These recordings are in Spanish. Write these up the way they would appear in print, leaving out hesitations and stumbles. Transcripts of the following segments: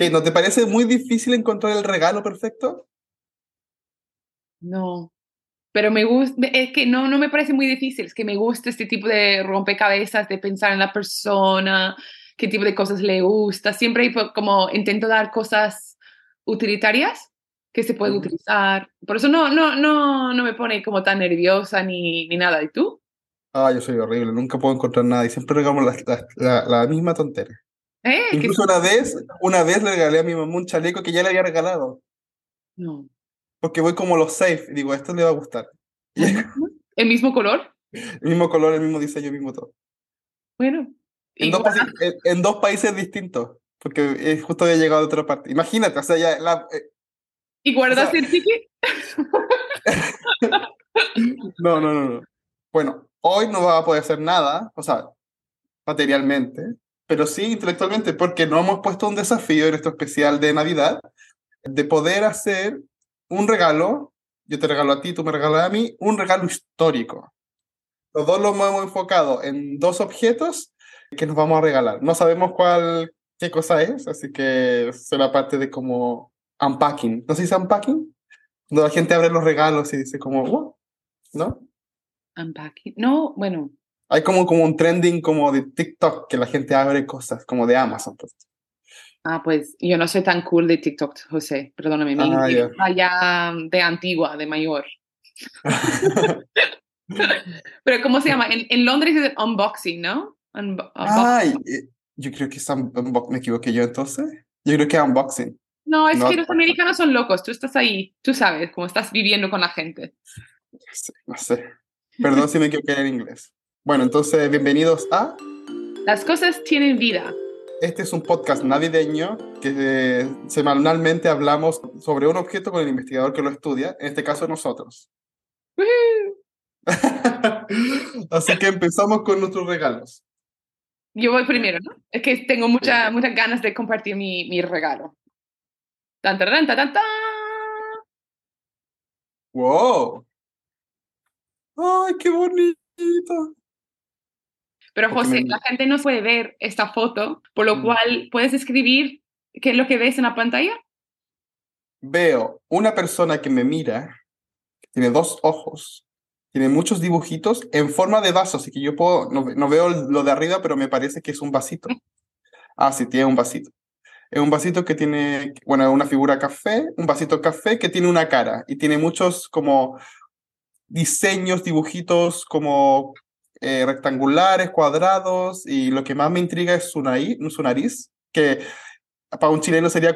¿Qué, no te parece muy difícil encontrar el regalo perfecto? No, pero me gusta, es que no me parece muy difícil, es que me gusta este tipo de rompecabezas, de pensar en la persona, qué tipo de cosas le gusta. Siempre como intento dar cosas utilitarias que se pueden Ujú. utilizar. Por eso no me pone como tan nerviosa ni nada. ¿Y tú? Ah, yo soy horrible, nunca puedo encontrar nada y siempre regalo la misma tontera. ¿Eh? ¿Qué Incluso una vez le regalé a mi mamá un chaleco que ya le había regalado, No. porque voy como los safe, y digo, esto le va a gustar. Y ¿El mismo? ¿El mismo color? el mismo color, el mismo diseño, el mismo todo. Bueno, En dos, igual. en dos países distintos, porque justo había llegado de otra parte. Imagínate, o sea, ¿Y o guardas sea, el ticket? no, no, no, no. Bueno, hoy no va a poder hacer nada, o sea, materialmente, pero sí intelectualmente, porque nos hemos puesto un desafío en nuestro especial de Navidad de poder hacer un regalo, yo te regalo a ti, tú me regalas a mí, un regalo histórico. Los dos lo hemos enfocado en dos objetos que nos vamos a regalar. No sabemos qué cosa es, así que será parte de como unpacking. ¿No se dice unpacking? Cuando la gente abre los regalos y dice como, "Wow", ¿no? Unpacking. No, bueno. Hay como un trending como de TikTok que la gente abre cosas, como de Amazon, pues. Ah, pues yo no soy tan cool de TikTok, José. Perdóname, mi Ah, inglés ya. está ya de antigua, de mayor. Pero ¿cómo se llama? En Londres es unboxing, ¿no? Ay, yo creo que es me equivoqué yo entonces. Yo creo que es unboxing. No, es No, que los americanos son locos. Tú estás ahí, tú sabes, cómo estás viviendo con la gente. no sé. Perdón si me equivoqué en inglés. Bueno, entonces, bienvenidos a... Las cosas tienen vida. Este es un podcast navideño que semanalmente hablamos sobre un objeto con el investigador que lo estudia, en este caso nosotros. ¡Woohoo! Así que empezamos con nuestros regalos. Yo voy primero, ¿no? Es que tengo muchas ganas de compartir mi regalo. Tan, tan, tan, tan, tan. ¡Wow! ¡Ay, qué bonito! Pero Porque me... José, la gente no puede ver esta foto, por lo Mm. cual puedes escribir qué es lo que ves en la pantalla. Veo una persona que me mira, tiene dos ojos, tiene muchos dibujitos en forma de vaso, así que yo puedo, no veo lo de arriba, pero me parece que es un vasito. Ah, sí, tiene un vasito. Es un vasito que tiene, bueno, una figura café, un vasito café que tiene una cara y tiene muchos como diseños, dibujitos como rectangulares, cuadrados, y lo que más me intriga es su nariz, que para un chileno sería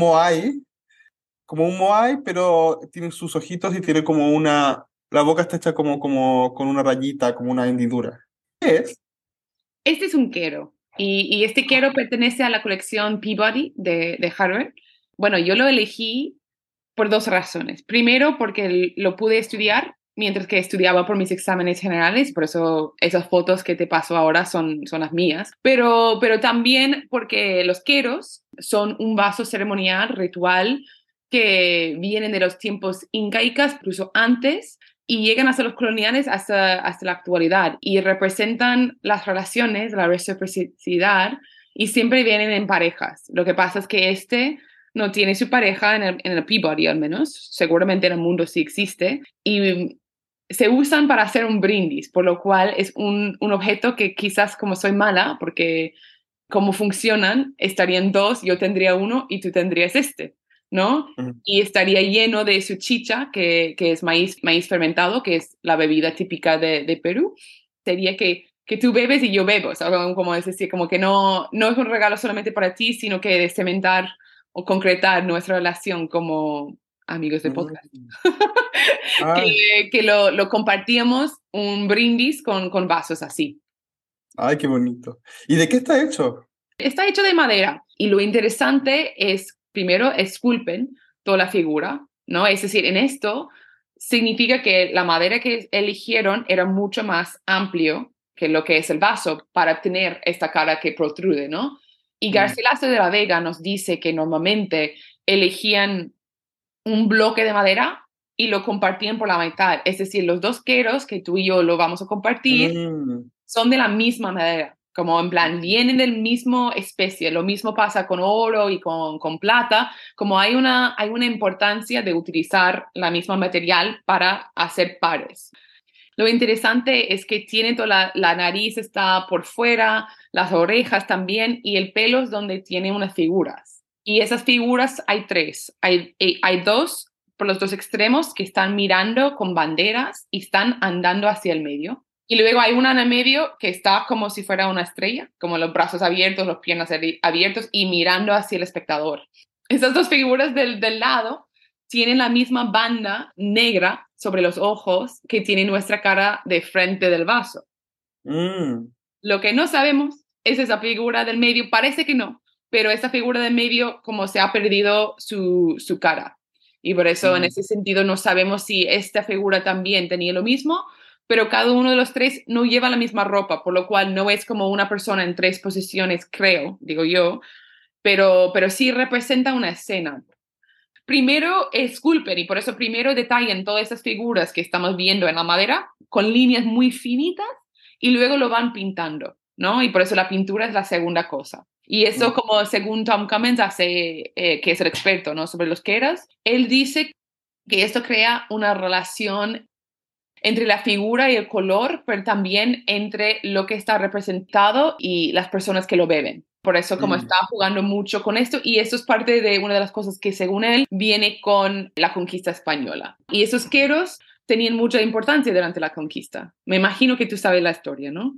como un moai, pero tiene sus ojitos y tiene como la boca está hecha como con una rayita, como una hendidura. ¿Qué es? Este es un quero y este quero pertenece a la colección Peabody de Harvard. Bueno, yo lo elegí por dos razones. Primero, porque lo pude estudiar mientras que estudiaba por mis exámenes generales, por eso esas fotos que te paso ahora son las mías. Pero también porque los queros son un vaso ceremonial, ritual, que vienen de los tiempos incaicas, incluso antes, y llegan hasta los coloniales hasta la actualidad y representan las relaciones, la reciprocidad y siempre vienen en parejas. Lo que pasa es que este no tiene su pareja en el Peabody al menos, seguramente en el mundo sí existe, y se usan para hacer un brindis, por lo cual es un objeto que quizás como soy mala, porque cómo funcionan, estarían dos, yo tendría uno y tú tendrías este, ¿no? Ujú. Y estaría lleno de su chicha, que es maíz fermentado, que es la bebida típica de Perú. Sería que tú bebes y yo bebo, o sea, como es decir, como que no es un regalo solamente para ti, sino que de cementar o concretar nuestra relación como amigos de podcast. Mm. Ay, que lo compartíamos un brindis con vasos así. ay, qué bonito. ¿Y de qué está hecho? Está hecho de madera y lo interesante es, primero, esculpen toda la figura, ¿no? Es decir, en esto significa que la madera que eligieron era mucho más amplio que lo que es el vaso para tener esta cara que protrude, ¿no? Y Mm. Garcilaso de la Vega nos dice que normalmente elegían un bloque de madera y lo compartían por la mitad. Es decir, los dos queros que tú y yo lo vamos a compartir Mm. son de la misma madera. como en plan, vienen del mismo especie. Lo mismo pasa con oro y con plata, como hay una importancia de utilizar la misma material para hacer pares. Lo interesante es que tiene toda la nariz está por fuera, las orejas también, y el pelo es donde tiene unas figuras. Y esas figuras hay tres. Hay dos por los dos extremos que están mirando con banderas y están andando hacia el medio. Y luego hay una en el medio que está como si fuera una estrella, como los brazos abiertos, las piernas abiertos y mirando hacia el espectador. Esas dos figuras del lado tienen la misma banda negra sobre los ojos que tiene nuestra cara de frente del vaso. Mm, Lo que no sabemos es esa figura del medio, parece que no, pero esa figura del medio como se ha perdido su cara. Y por eso en mm. ese sentido no sabemos si esta figura también tenía lo mismo, pero cada uno de los tres no lleva la misma ropa, por lo cual no es como una persona en tres posiciones, creo, digo yo, pero sí representa una escena. Primero esculpen y por eso primero detallan todas esas figuras que estamos viendo en la madera con líneas muy finitas y luego lo van pintando, ¿no? Y por eso la pintura es la segunda cosa. Y eso, Mm. como según Tom Cummins, hace, que es el experto, ¿no? Sobre los Keras, él dice que esto crea una relación entre la figura y el color, pero también entre lo que está representado y las personas que lo beben. Por eso como Mm. está jugando mucho con esto y eso es parte de una de las cosas que según él viene con la conquista española. Y esos queros tenían mucha importancia durante la conquista. Me imagino que tú sabes la historia, ¿no?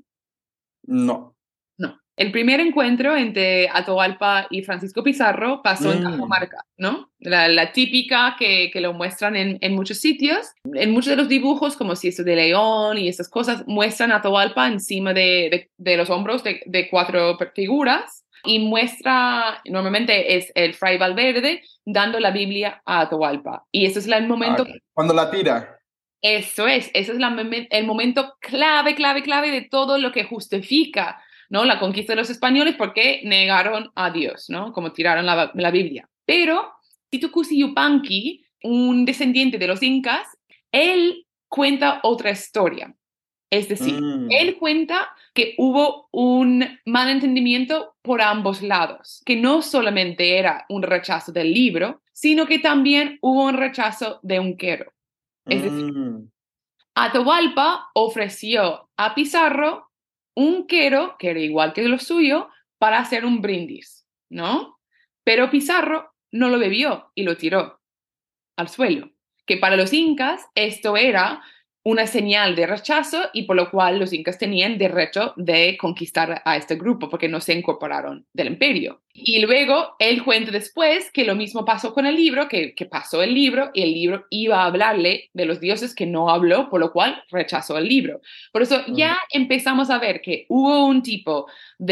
No. No. El primer encuentro entre Atahualpa y Francisco Pizarro pasó en Mm. Cajamarca, ¿no? La típica que lo muestran en muchos sitios. En muchos de los dibujos, como si eso de león y esas cosas, muestran a Atahualpa encima de los hombros de cuatro figuras y muestra, normalmente es el Fray Valverde dando la Biblia a Atahualpa. Y ese es el momento. Ah, cuando la tira. Eso es, ese es el momento clave, clave, clave de todo lo que justifica, ¿no? La conquista de los españoles porque negaron a Dios, ¿no? Como tiraron la Biblia. Pero Titu Cusi Yupanqui, un descendiente de los incas, él cuenta otra historia. Es decir, Mm. él cuenta que hubo un malentendimiento por ambos lados, que no solamente era un rechazo del libro, sino que también hubo un rechazo de un quero. Es decir, Mm. Atahualpa ofreció a Pizarro un quero, que era igual que lo suyo, para hacer un brindis, ¿no? Pero Pizarro no lo bebió y lo tiró al suelo, que para los incas esto era una señal de rechazo y por lo cual los incas tenían derecho de conquistar a este grupo porque no se incorporaron del imperio. Y luego él cuenta después que lo mismo pasó con el libro, que pasó el libro y el libro iba a hablarle de los dioses que no habló, por lo cual rechazó el libro. Por eso Mm. ya empezamos a ver que hubo un tipo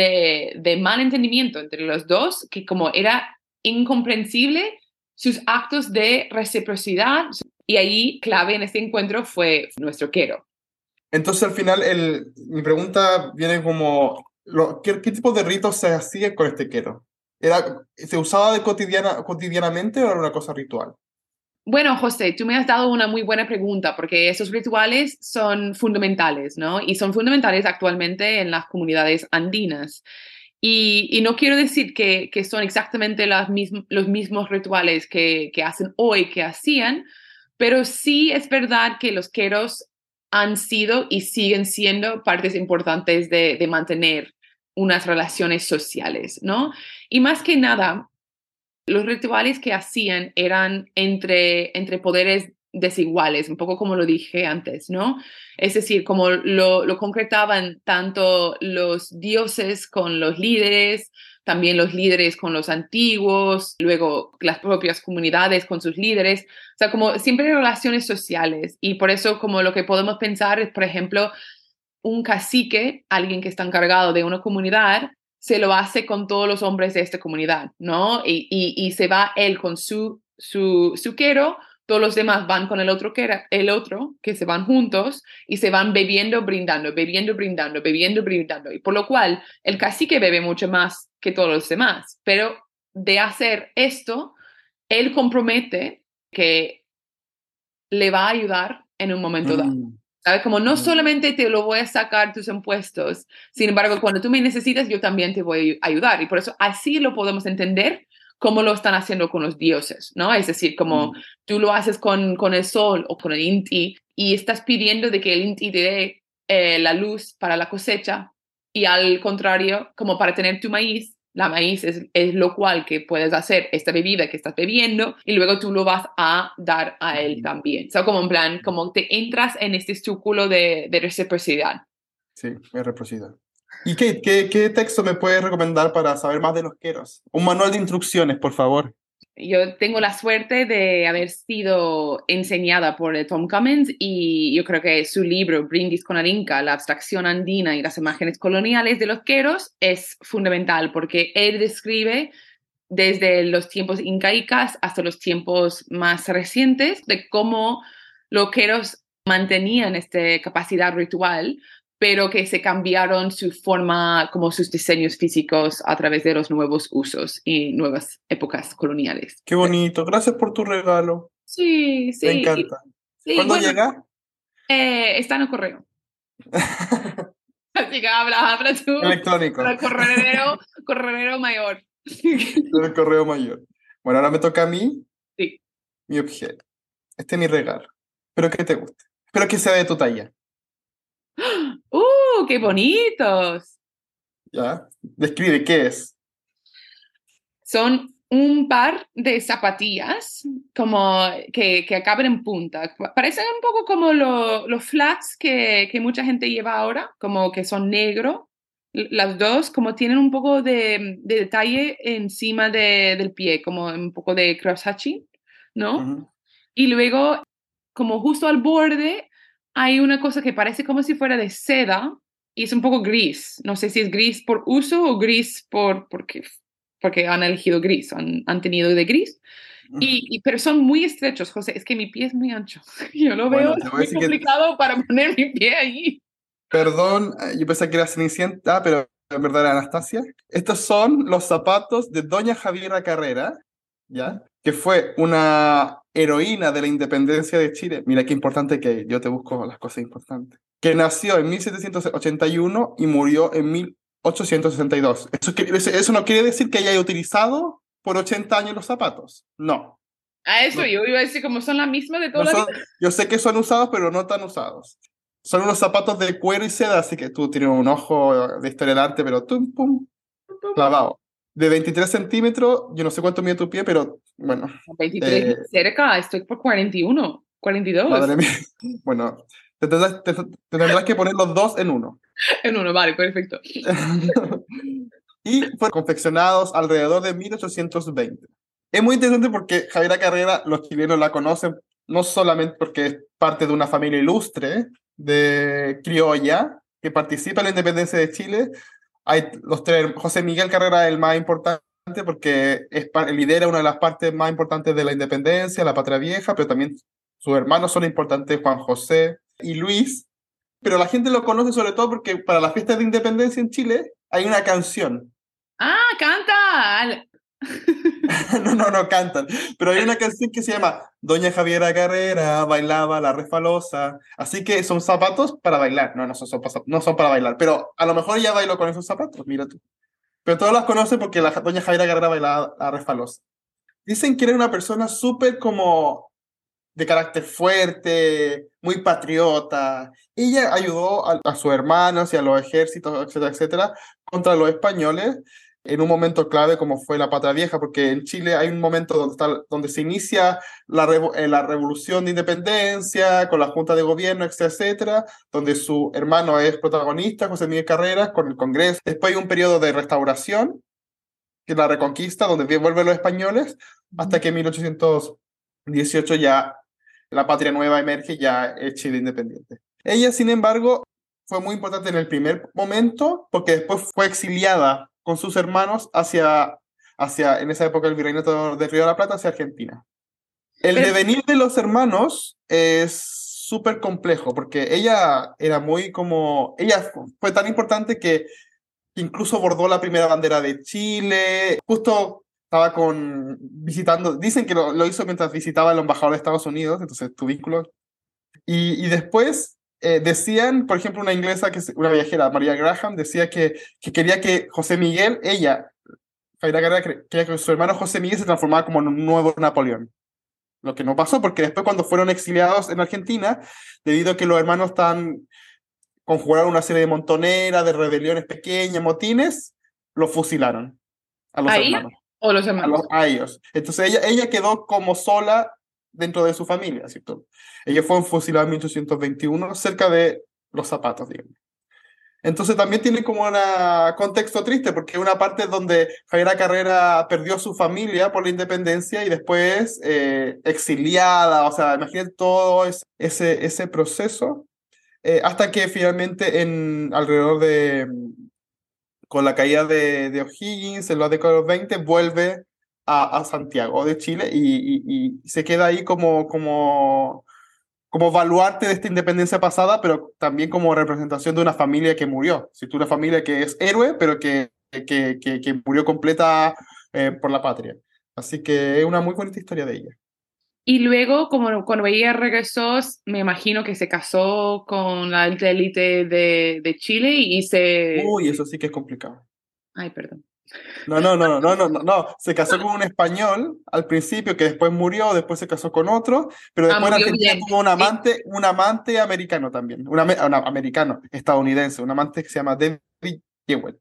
de malentendimiento entre los dos que como era incomprensible sus actos de reciprocidad y ahí clave en este encuentro fue nuestro quero. Entonces al final mi pregunta viene como, ¿qué tipo de ritos se hacía con este quero? ¿Se usaba cotidianamente o era una cosa ritual? Bueno, José, tú me has dado una muy buena pregunta porque esos rituales son fundamentales, ¿no? Y son fundamentales actualmente en las comunidades andinas. Y no quiero decir que son exactamente los mismos rituales que hacen hoy, que hacían, pero sí es verdad que los queros han sido y siguen siendo partes importantes de mantener unas relaciones sociales, ¿no? Y más que nada, los rituales que hacían eran entre poderes desiguales, un poco como lo dije antes, ¿no? Es decir, como lo concretaban tanto los dioses con los líderes, también los líderes con los antiguos, luego las propias comunidades con sus líderes, o sea, como siempre relaciones sociales. Y por eso como lo que podemos pensar es, por ejemplo, un cacique, alguien que está encargado de una comunidad, se lo hace con todos los hombres de esta comunidad, ¿no? Y se va él con su quero, todos los demás van con el otro, que se van juntos y se van bebiendo, brindando, bebiendo, brindando, bebiendo, brindando. Y por lo cual el cacique bebe mucho más que todos los demás, pero de hacer esto, él compromete que le va a ayudar en un momento dado. Mm. ¿Sabes? Como no solamente te lo voy a sacar tus impuestos, sin embargo, cuando tú me necesitas, yo también te voy a ayudar. Y por eso así lo podemos entender como lo están haciendo con los dioses, ¿no? Es decir, como tú lo haces con el sol o con el Inti y estás pidiendo de que el Inti te dé la luz para la cosecha y al contrario, como para tener tu maíz, la maíz es lo cual que puedes hacer esta bebida que estás bebiendo y luego tú lo vas a dar a él también. O sea, como en plan, como te entras en este círculo de reciprocidad. Sí, es reciprocidad. ¿Y qué texto me puedes recomendar para saber más de los queros? Un manual de instrucciones, por favor. Yo tengo la suerte de haber sido enseñada por Tom Cummins y yo creo que su libro Brindis con Arinca, la abstracción andina y las imágenes coloniales de los queros es fundamental porque él describe desde los tiempos incaicas hasta los tiempos más recientes de cómo los queros mantenían esta capacidad ritual pero que se cambiaron su forma, como sus diseños físicos a través de los nuevos usos y nuevas épocas coloniales. Qué bonito. Gracias por tu regalo. Sí, Me sí. encanta. Sí, ¿Cuándo bueno, llega? está en el correo. Así que habla tú. Electrónico. Para el correo mayor. El correo mayor. Bueno, ahora me toca a mí Sí. mi objeto. Este es mi regalo. Espero que te guste. Espero que sea de tu talla. ¡Qué bonitos! ¿Ya? Describe qué es. Son un par de zapatillas como que acaban en punta. Parecen un poco como los flats que mucha gente lleva ahora, como que son negro. Las dos como tienen un poco de detalle encima del pie, como un poco de cross-hatching, ¿no? Ujú. Y luego, como justo al borde, hay una cosa que parece como si fuera de seda y es un poco gris. No sé si es gris por uso o gris porque han elegido gris, han tenido de gris. Pero son muy estrechos, José. Es que mi pie es muy ancho. Yo lo veo, Bueno, es te voy a muy decir que, complicado para poner mi pie ahí. perdón, yo pensé que era Cenicienta, pero en verdad era Anastasia. Estos son los zapatos de Doña Javiera Carrera, ¿ya? Que fue una heroína de la independencia de Chile. Mira qué importante que yo te busco las cosas importantes. Que nació en 1781 y murió en 1862. Eso no quiere decir que haya utilizado por 80 años los zapatos. No. A eso No, yo iba a decir, como son la misma de toda no la son, vida. yo sé que son usados, pero no tan usados. Son unos zapatos de cuero y seda, así que tú tienes un ojo de historia del arte, pero tum, pum, clavado. De 23 centímetros, yo no sé cuánto mide tu pie, pero bueno, 23 eh, cerca, estoy por 41, 42. madre mía. Bueno, te tendrás que poner los dos en uno. En uno, vale, perfecto. Y fueron confeccionados alrededor de 1820. Es muy interesante porque Javiera Carrera, los chilenos la conocen no solamente porque es parte de una familia ilustre de criolla que participa en la independencia de Chile. Hay los tres, José Miguel Carrera es el más importante porque lidera una de las partes más importantes de la independencia, la Patria Vieja, pero también sus hermanos son importantes, Juan José y Luis. Pero la gente lo conoce sobre todo porque para las fiestas de independencia en Chile hay una canción. ¡Ah, canta! No cantan. Pero hay una canción que se llama Doña Javiera Carrera bailaba la refalosa. Así que son zapatos para bailar. No son para bailar. Pero a lo mejor ella bailó con esos zapatos, mira tú. Pero todos las conocen porque la Doña Javiera Carrera bailaba la refalosa. Dicen que era una persona súper como de carácter fuerte, muy patriota. Ella ayudó a sus hermanos y a los ejércitos, etcétera, etcétera, contra los españoles en un momento clave como fue la Patria Vieja, porque en Chile hay un momento donde se inicia la revolución de independencia, con la Junta de Gobierno, etcétera, etcétera, donde su hermano es protagonista, José Miguel Carreras, con el Congreso. Después hay un periodo de restauración, que es la Reconquista, donde vuelven los españoles, hasta que en 1818 ya la patria nueva emerge, ya es Chile independiente. Ella, sin embargo, fue muy importante en el primer momento, porque después fue exiliada con sus hermanos en esa época, el virreinato del Río de la Plata, hacia Argentina. El Pero, devenir de los hermanos es súper complejo, porque ella era ella fue tan importante que incluso bordó la primera bandera de Chile, justo estaba visitando, dicen que lo hizo mientras visitaba el embajador de Estados Unidos, entonces tu vínculo. Y después decían, por ejemplo, una inglesa, una viajera, María Graham, decía que quería que José Miguel, Javiera Carrera, quería que su hermano José Miguel se transformara como en un nuevo Napoleón. Lo que no pasó, porque después cuando fueron exiliados en Argentina, debido a que los hermanos conjugaron una serie de montoneras, de rebeliones pequeñas, motines, los fusilaron a los ¿A ella hermanos, o los hermanos? a ellos. Entonces ella quedó como sola dentro de su familia, ¿cierto? Ella fue fusilada en 1821, cerca de los zapatos, digamos. Entonces también tiene como un contexto triste, porque es una parte donde Javiera Carrera perdió su familia por la independencia y después exiliada, o sea, imagínate todo ese proceso, hasta que finalmente alrededor con la caída de O'Higgins en la década de los 20, vuelve a Santiago de Chile y se queda ahí como baluarte de esta independencia pasada, pero también como representación de una familia que murió. Si tú una familia que es héroe, pero que murió completa por la patria. Así que es una muy bonita historia de ella. Y luego, como cuando ella regresó, me imagino que se casó con la alta élite de Chile y se... Uy, eso sí que es complicado. Ay, perdón. No, no, no, no, no, no, no. Se casó con un español al principio, que después murió, después se casó con otro, pero Ah, después en murió Argentina bien. tuvo un amante americano también, americano, estadounidense, un amante que se llama David Jewett.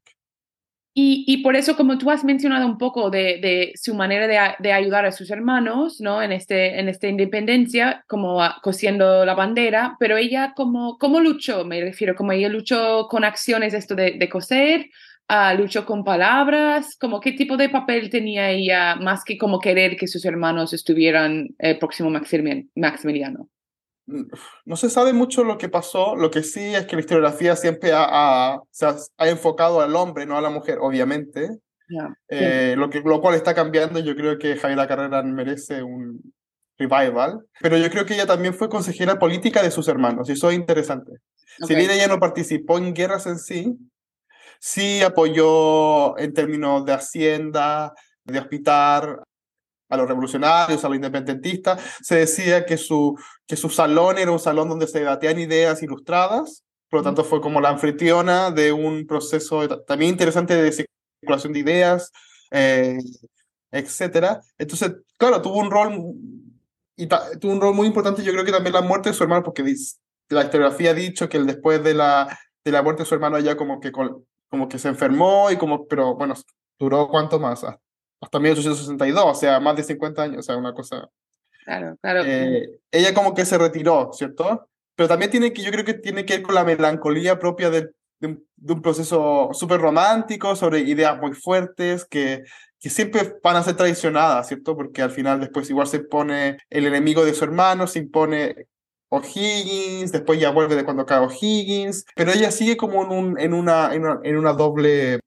Y por eso, como tú has mencionado un poco de su manera de ayudar a sus hermanos, ¿no? En esta independencia, como cosiendo la bandera, pero ella, ¿cómo luchó? Me refiero, como ella luchó con acciones esto de coser, luchó con palabras, como qué tipo de papel tenía ella, más que como querer que sus hermanos estuvieran el próximo Maximiliano. No se sabe mucho lo que pasó, lo que sí es que la historiografía siempre se ha enfocado al hombre, no a la mujer, obviamente. Ya, siempre. Lo cual está cambiando. Yo creo que Javiera Carrera merece un revival, pero yo creo que ella también fue consejera política de sus hermanos, y eso es interesante. Si bien Okay. ella no participó en guerras en sí, sí apoyó en términos de hacienda, de hospital, a los revolucionarios, a los independentistas. Se decía que su salón era un salón donde se debatían ideas ilustradas, por lo tanto fue como la anfitriona de un proceso también interesante de circulación de ideas, eh, etcétera. Entonces, claro, tuvo un rol muy importante. Yo creo que también la muerte de su hermano, porque la historiografía ha dicho que después de la muerte de su hermano ella como que se enfermó pero bueno, duró cuánto más, hasta 1862, o sea, más de 50 años, o sea, una cosa. Claro, claro. Ella como que se retiró, ¿cierto? Pero también yo creo que tiene que ver con la melancolía propia de un proceso súper romántico, sobre ideas muy fuertes, que siempre van a ser traicionadas, ¿cierto? Porque al final después igual se pone el enemigo de su hermano, se impone O'Higgins, después ya vuelve de cuando cae O'Higgins, pero ella sigue como en una doble,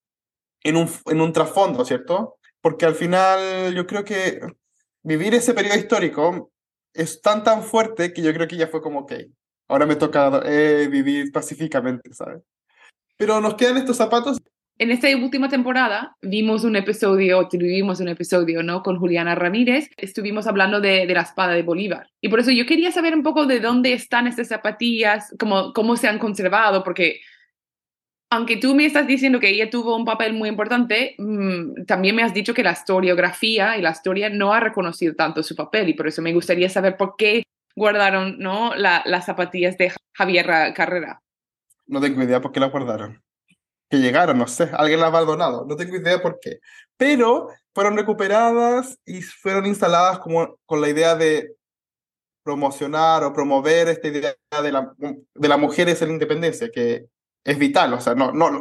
en un trasfondo, ¿cierto? Porque al final yo creo que vivir ese periodo histórico es tan fuerte que yo creo que ya fue como, ok, ahora me toca vivir pacíficamente, ¿sabes? Pero nos quedan estos zapatos. En esta última temporada vimos tuvimos un episodio, ¿no? Con Juliana Ramírez. Estuvimos hablando de la espada de Bolívar. Y por eso yo quería saber un poco de dónde están estas zapatillas, cómo se han conservado, porque aunque tú me estás diciendo que ella tuvo un papel muy importante, también me has dicho que la historiografía y la historia no ha reconocido tanto su papel, y por eso me gustaría saber por qué guardaron, ¿no? Las zapatillas de Javier Carrera. No tengo idea por qué las guardaron. Que llegaron, no sé, alguien las ha donado, no tengo idea por qué. Pero fueron recuperadas y fueron instaladas como con la idea de promocionar o promover esta idea de la mujer en la independencia, que es vital. O sea,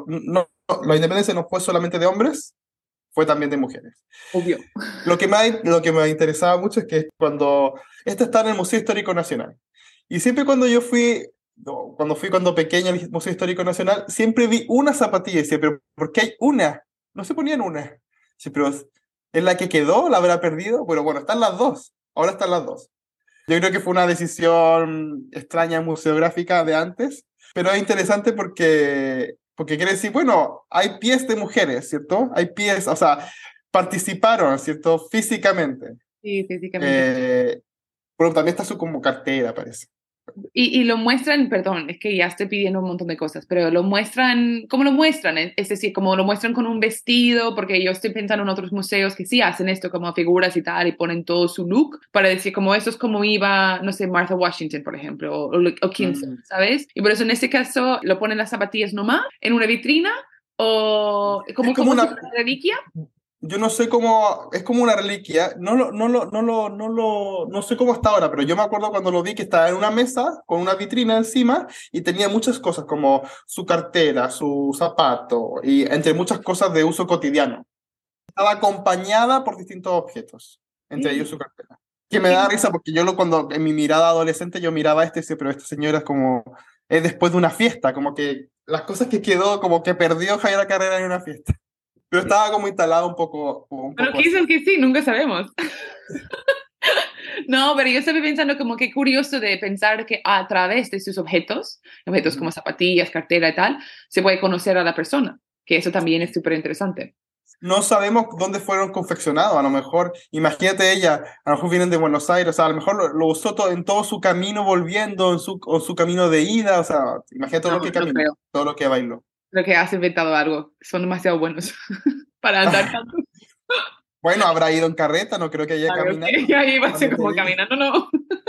la independencia no fue solamente de hombres, fue también de mujeres. Obvio. Lo que me interesaba mucho es que esta está en el Museo Histórico Nacional. Y siempre cuando yo fui, no, cuando pequeño al Museo Histórico Nacional, siempre vi una zapatilla y decía, pero ¿por qué hay una? No se ponían una. Sí, pero ¿es la que quedó? ¿La habrá perdido? Pero bueno, están las dos. Ahora están las dos. Yo creo que fue una decisión extraña museográfica de antes, pero es interesante porque quiere decir, bueno, hay pies de mujeres, ¿cierto? Hay pies, o sea, participaron, ¿cierto? Físicamente. Sí, físicamente. Bueno, también está su como cartera, parece. Y lo muestran, perdón, es que ya estoy pidiendo un montón de cosas, pero lo muestran, ¿cómo lo muestran? Es decir, como lo muestran con un vestido, porque yo estoy pensando en otros museos que sí hacen esto como figuras y tal, y ponen todo su look para decir como esto es como iba, no sé, Martha Washington, por ejemplo, o Kinsey, Mm. ¿sabes? Y por eso en este caso lo ponen las zapatillas nomás en una vitrina o Es como, como como si una, fuera reliquia. yo no sé cómo, es como una reliquia, no sé cómo está ahora, pero yo me acuerdo cuando lo vi que estaba en una mesa con una vitrina encima y tenía muchas cosas como su cartera, su zapato y entre muchas cosas de uso cotidiano. Estaba acompañada por distintos objetos, entre ellos Sí. su cartera. Que me da risa porque cuando en mi mirada adolescente yo miraba a este y decía, pero esta señora es como, es después de una fiesta, como que las cosas que quedó, como que perdió Javier Carrera en una fiesta. Pero estaba como instalado un Pero poco así. quizás que sí, nunca sabemos. No, pero yo estaba pensando como que curioso de pensar que a través de sus objetos, objetos como Ujú. zapatillas, cartera y tal, se puede conocer a la persona, que eso también es súper interesante. No sabemos dónde fueron confeccionados, a lo mejor, imagínate ella, a lo mejor vienen de Buenos Aires, o sea, a lo mejor lo usó en todo su camino volviendo, o su camino de ida, o sea, imagínate todo No, lo que no caminó, creo. todo lo que bailó. Creo que has inventado algo. Son demasiado buenos para andar tanto. Bueno, habrá ido en carreta, no creo que haya Ay, ok, caminado ahí va a ser cuando te como vi. caminando, no.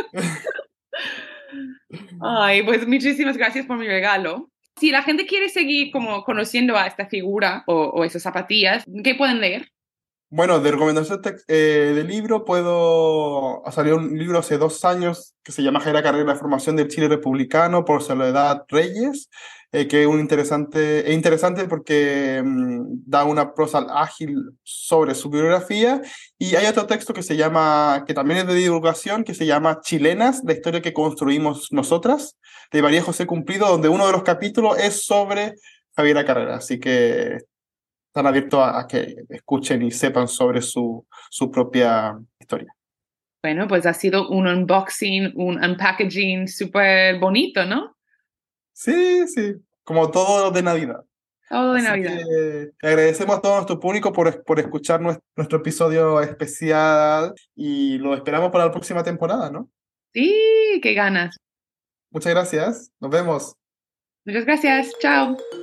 Ay, pues muchísimas gracias por mi regalo. Si la gente quiere seguir como conociendo a esta figura o esas zapatillas, ¿qué pueden leer? Bueno, de recomendación de libro, salió un libro hace 2 años que se llama Jaira Carrera, la formación del Chile republicano por Soledad Reyes, que es interesante porque da una prosa ágil sobre su biografía. Y hay otro texto que también es de divulgación, que se llama Chilenas, la historia que construimos nosotras, de María José Cumplido, donde uno de los capítulos es sobre Javiera Carrera. Así que están abiertos a que escuchen y sepan sobre su propia historia. Bueno, pues ha sido un unboxing, un unpackaging súper bonito, ¿no? Sí, sí, como todo de Navidad. Todo de Así Navidad. que agradecemos a todo nuestro público por escuchar nuestro episodio especial y lo esperamos para la próxima temporada, ¿no? Sí, qué ganas. Muchas gracias, nos vemos. Muchas gracias. Chao.